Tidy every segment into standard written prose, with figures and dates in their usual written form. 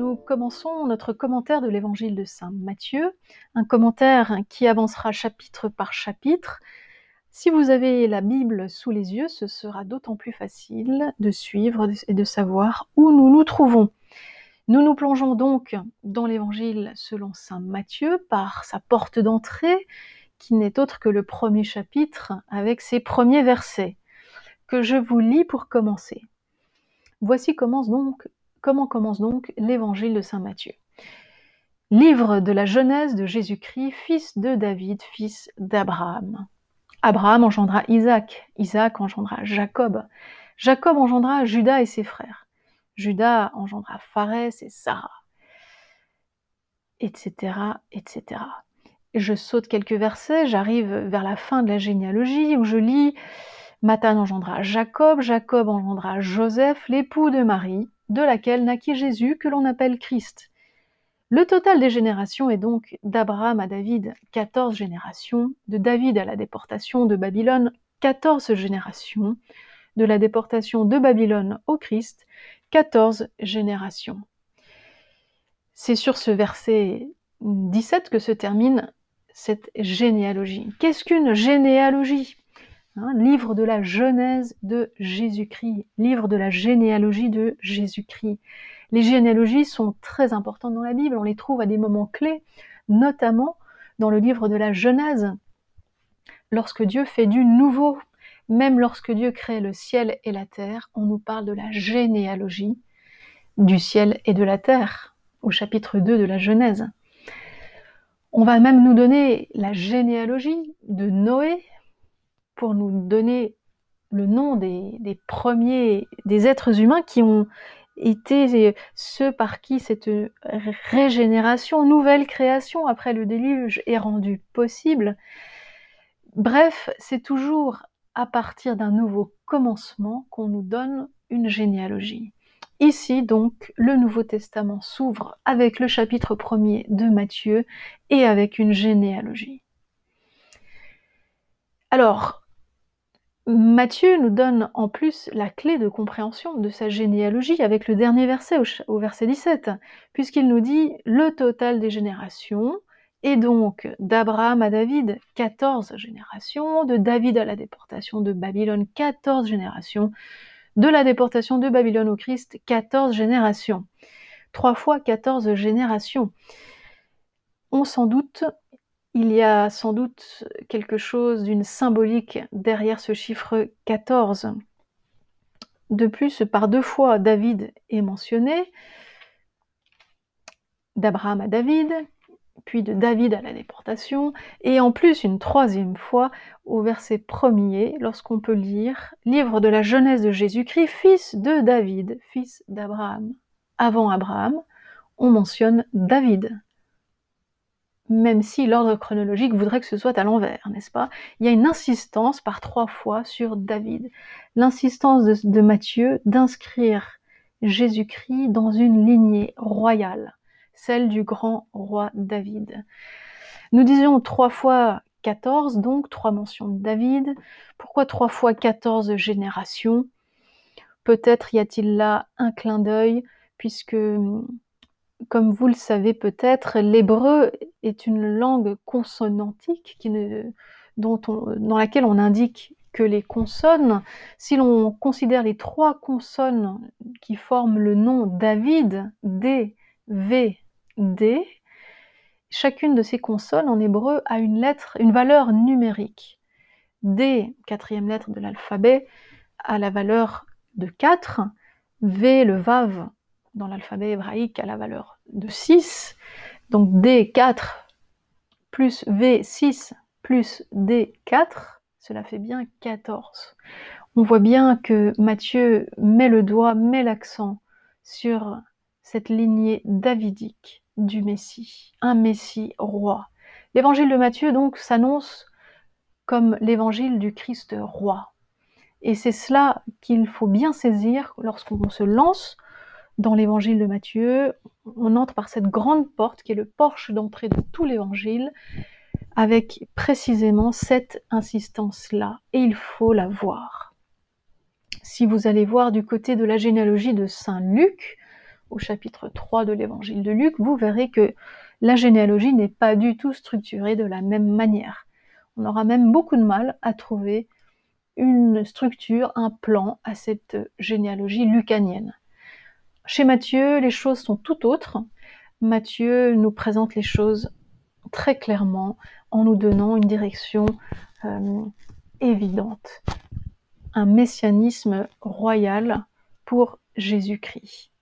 nous commençons notre commentaire de l'évangile de saint Matthieu, un commentaire qui avancera chapitre par chapitre. Si vous avez la Bible sous les yeux, ce sera d'autant plus facile de suivre et de savoir où nous nous trouvons. Nous nous plongeons donc dans l'évangile selon saint Matthieu par sa porte d'entrée, qui n'est autre que le premier chapitre avec ses premiers versets, que je vous lis pour commencer. Voici comment commence donc l'évangile de saint Matthieu. Livre de la Genèse de Jésus-Christ, fils de David, fils d'Abraham. Abraham engendra Isaac, Isaac engendra Jacob, Jacob engendra Juda et ses frères, Juda engendra Pharès et Sarah, etc., etc. Je saute quelques versets, j'arrive vers la fin de la généalogie où je lis Mathan engendra Jacob, Jacob engendra Joseph, l'époux de Marie, de laquelle naquit Jésus, que l'on appelle Christ. Le total des générations est donc d'Abraham à David, 14 générations, de David à la déportation de Babylone, 14 générations, de la déportation de Babylone au Christ, 14 générations. C'est sur ce verset 17 que se termine cette généalogie. Qu'est-ce qu'une généalogie ? Livre de la Genèse de Jésus-Christ, livre de la généalogie de Jésus-Christ. Les généalogies sont très importantes dans la Bible, on les trouve à des moments clés, notamment dans le livre de la Genèse, lorsque Dieu fait du nouveau. Même lorsque Dieu crée le ciel et la terre, on nous parle de la généalogie du ciel et de la terre, au chapitre 2 de la Genèse. On va même nous donner la généalogie de Noé, pour nous donner le nom des premiers, des êtres humains qui ont été ceux par qui cette régénération, nouvelle création après le déluge est rendue possible. Bref, c'est toujours à partir d'un nouveau commencement qu'on nous donne une généalogie. Ici, donc, le Nouveau Testament s'ouvre avec le chapitre 1er de Matthieu et avec une généalogie. Alors, Matthieu nous donne en plus la clé de compréhension de sa généalogie avec le dernier verset, au verset 17, puisqu'il nous dit « Le total des générations est donc d'Abraham à David, 14 générations, de David à la déportation de Babylone, 14 générations, de la déportation de Babylone au Christ, 14 générations. » 3 fois 14 générations. On s'en doute. Il y a sans doute quelque chose d'une symbolique derrière ce chiffre 14. De plus, par 2 fois, David est mentionné, d'Abraham à David, puis de David à la déportation, et en plus une 3e fois au verset 1er, lorsqu'on peut lire « Livre de la Genèse de Jésus-Christ, fils de David, fils d'Abraham ». Avant Abraham, on mentionne David. Même si l'ordre chronologique voudrait que ce soit à l'envers, n'est-ce pas ? Il y a une insistance par 3 fois sur David. L'insistance de Matthieu d'inscrire Jésus-Christ dans une lignée royale, celle du grand roi David. Nous disions 3 fois 14, donc 3 mentions de David. Pourquoi 3 fois 14 générations ? Peut-être y a-t-il là un clin d'œil, puisque comme vous le savez peut-être, l'hébreu est une langue consonantique dans laquelle on indique que les consonnes, si l'on considère les 3 consonnes qui forment le nom David, D, V, D, chacune de ces consonnes en hébreu a une valeur numérique. D, 4e lettre de l'alphabet, a la valeur de 4, V, le Vav, dans l'alphabet hébraïque a la valeur de 6, donc D 4 plus V 6 plus D 4, cela fait bien 14. On voit bien que Matthieu met l'accent sur cette lignée davidique du Messie, un Messie roi. L'évangile de Matthieu donc s'annonce comme l'évangile du Christ roi. Et c'est cela qu'il faut bien saisir lorsqu'on se lance dans l'évangile de Matthieu. On entre par cette grande porte qui est le porche d'entrée de tout l'évangile, avec précisément cette insistance-là, et il faut la voir. Si vous allez voir du côté de la généalogie de saint Luc, au chapitre 3 de l'évangile de Luc, vous verrez que la généalogie n'est pas du tout structurée de la même manière. On aura même beaucoup de mal à trouver une structure, un plan à cette généalogie lucanienne. Chez Matthieu, les choses sont tout autres. Matthieu nous présente les choses très clairement en nous donnant une direction évidente, un messianisme royal pour Jésus-Christ.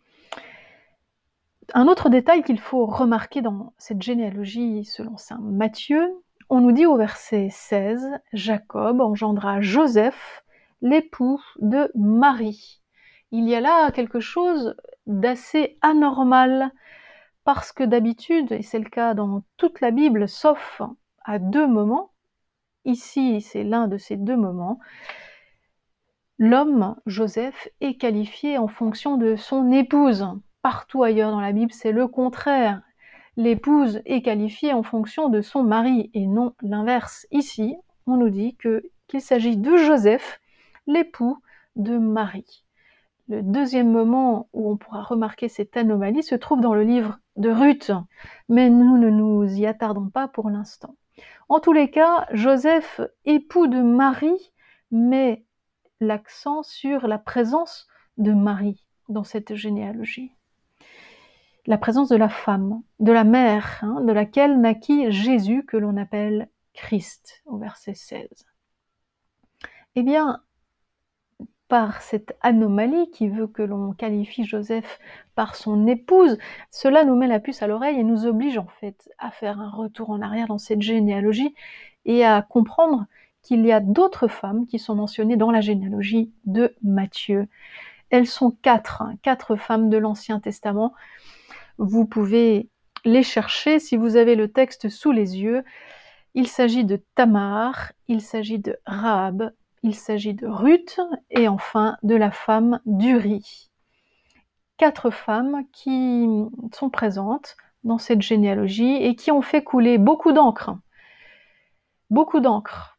Un autre détail qu'il faut remarquer dans cette généalogie selon saint Matthieu, on nous dit au verset 16, Jacob engendra Joseph, l'époux de Marie. Il y a là quelque chose d'assez anormal, parce que d'habitude, et c'est le cas dans toute la Bible, sauf à 2 moments, ici c'est l'un de ces 2 moments, l'homme, Joseph, est qualifié en fonction de son épouse. Partout ailleurs dans la Bible, c'est le contraire. L'épouse est qualifiée en fonction de son mari et non l'inverse. Ici, on nous dit qu'il s'agit de Joseph, l'époux de Marie. Le deuxième moment où on pourra remarquer cette anomalie se trouve dans le livre de Ruth, mais nous ne nous y attardons pas pour l'instant. En tous les cas, Joseph, époux de Marie, met l'accent sur la présence de Marie dans cette généalogie. La présence de la femme, de la mère, de laquelle naquit Jésus, que l'on appelle Christ, au verset 16. Eh bien, par cette anomalie qui veut que l'on qualifie Joseph par son épouse, cela nous met la puce à l'oreille et nous oblige en fait à faire un retour en arrière dans cette généalogie et à comprendre qu'il y a d'autres femmes qui sont mentionnées dans la généalogie de Matthieu. Elles sont 4 femmes de l'Ancien Testament. Vous pouvez les chercher si vous avez le texte sous les yeux. Il s'agit de Tamar, il s'agit de Rahab, il s'agit de Ruth et enfin de la femme d'Uri. 4 femmes qui sont présentes dans cette généalogie et qui ont fait couler beaucoup d'encre. Beaucoup d'encre.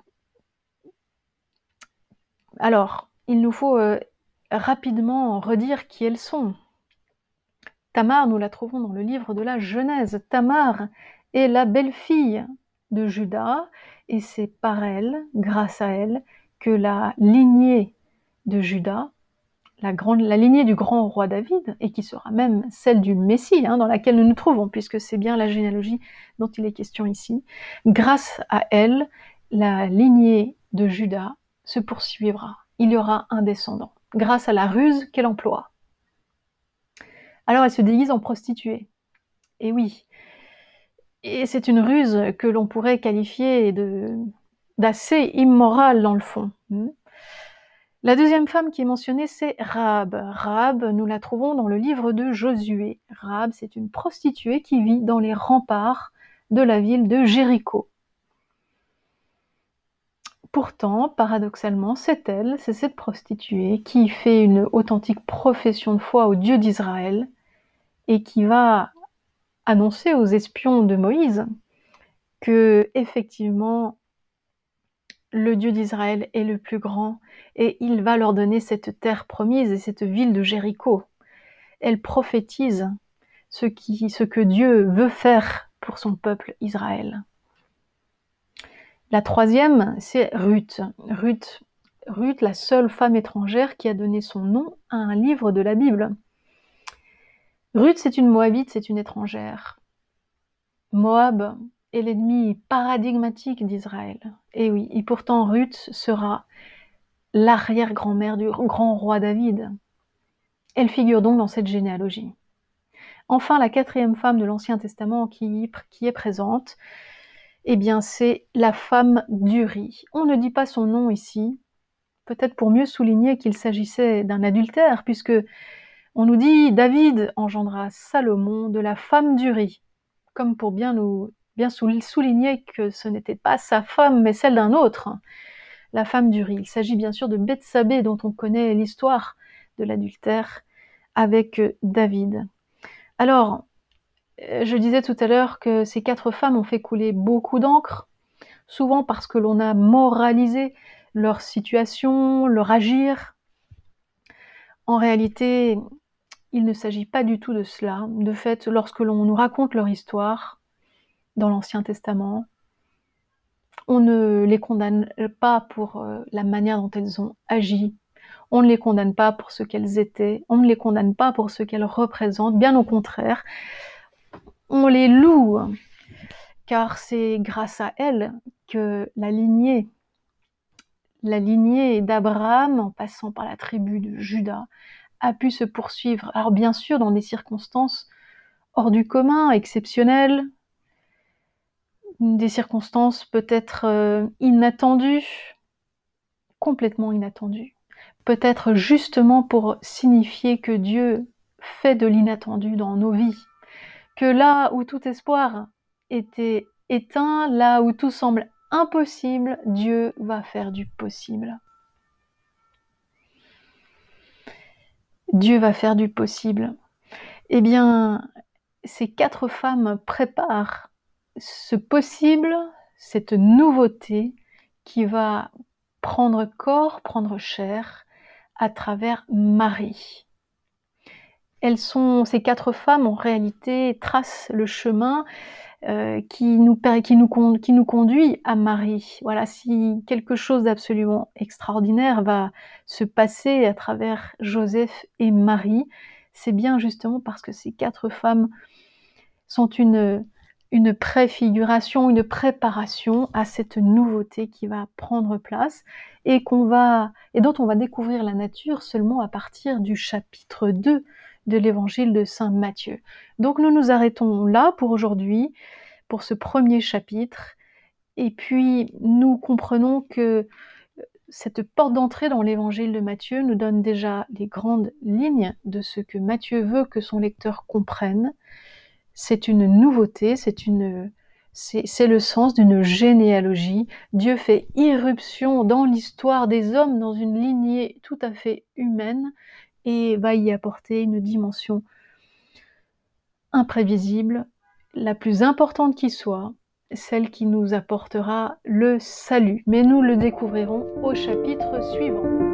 Alors, il nous faut rapidement redire qui elles sont. Tamar, nous la trouvons dans le livre de la Genèse. Tamar est la belle-fille de Juda, et c'est par elle, grâce à elle, que la lignée de Juda, la lignée du grand roi David, et qui sera même celle du Messie, dans laquelle nous nous trouvons, puisque c'est bien la généalogie dont il est question ici, grâce à elle, la lignée de Juda se poursuivra. Il y aura un descendant, grâce à la ruse qu'elle emploie. Alors elle se déguise en prostituée. Et oui, et c'est une ruse que l'on pourrait qualifier d'assez immorale dans le fond. La deuxième femme qui est mentionnée, c'est Rahab. Rahab, nous la trouvons dans le livre de Josué. Rahab, c'est une prostituée qui vit dans les remparts de la ville de Jéricho. Pourtant, paradoxalement, c'est cette prostituée qui fait une authentique profession de foi au Dieu d'Israël et qui va annoncer aux espions de Moïse que, effectivement, le Dieu d'Israël est le plus grand et il va leur donner cette terre promise et cette ville de Jéricho. Elle prophétise ce que Dieu veut faire pour son peuple Israël. La troisième, c'est Ruth. Ruth, la seule femme étrangère qui a donné son nom à un livre de la Bible. Ruth, c'est une Moabite, c'est une étrangère. Moab est l'ennemi paradigmatique d'Israël. Et oui, et pourtant Ruth sera l'arrière-grand-mère du grand roi David. Elle figure donc dans cette généalogie. Enfin, la quatrième femme de l'Ancien Testament qui est présente, eh bien, c'est la femme d'Uri. On ne dit pas son nom ici, peut-être pour mieux souligner qu'il s'agissait d'un adultère, puisque on nous dit David engendra Salomon de la femme d'Uri, comme pour bien souligner que ce n'était pas sa femme, mais celle d'un autre, la femme d'Uri. Il s'agit bien sûr de Bethsabée, dont on connaît l'histoire de l'adultère avec David. Alors, je disais tout à l'heure que ces 4 femmes ont fait couler beaucoup d'encre, souvent parce que l'on a moralisé leur situation, leur agir. En réalité, il ne s'agit pas du tout de cela. De fait, lorsque l'on nous raconte leur histoire dans l'Ancien Testament, on ne les condamne pas pour la manière dont elles ont agi. On ne les condamne pas pour ce qu'elles étaient. On ne les condamne pas pour ce qu'elles représentent. Bien au contraire, on les loue, car c'est grâce à elles que la lignée d'Abraham, en passant par la tribu de Juda, a pu se poursuivre. Alors bien sûr, dans des circonstances hors du commun, exceptionnelles, des circonstances peut-être inattendues, complètement inattendues. Peut-être justement pour signifier que Dieu fait de l'inattendu dans nos vies. Que là où tout espoir était éteint, là où tout semble impossible, Dieu va faire du possible. Dieu va faire du possible. Eh bien, ces 4 femmes préparent ce possible, cette nouveauté qui va prendre corps, prendre chair à travers Marie. Ces 4 femmes, en réalité, tracent le chemin qui nous conduit à Marie. Voilà, si quelque chose d'absolument extraordinaire va se passer à travers Joseph et Marie, c'est bien justement parce que ces 4 femmes sont une préfiguration, une préparation à cette nouveauté qui va prendre place et dont on va découvrir la nature seulement à partir du chapitre 2 de l'évangile de saint Matthieu. Donc nous nous arrêtons là pour aujourd'hui, pour ce premier chapitre, et puis nous comprenons que cette porte d'entrée dans l'évangile de Matthieu nous donne déjà les grandes lignes de ce que Matthieu veut que son lecteur comprenne. C'est une nouveauté, c'est le sens d'une généalogie. Dieu fait irruption dans l'histoire des hommes dans une lignée tout à fait humaine et va y apporter une dimension imprévisible, la plus importante qui soit, celle qui nous apportera le salut. Mais nous le découvrirons au chapitre suivant.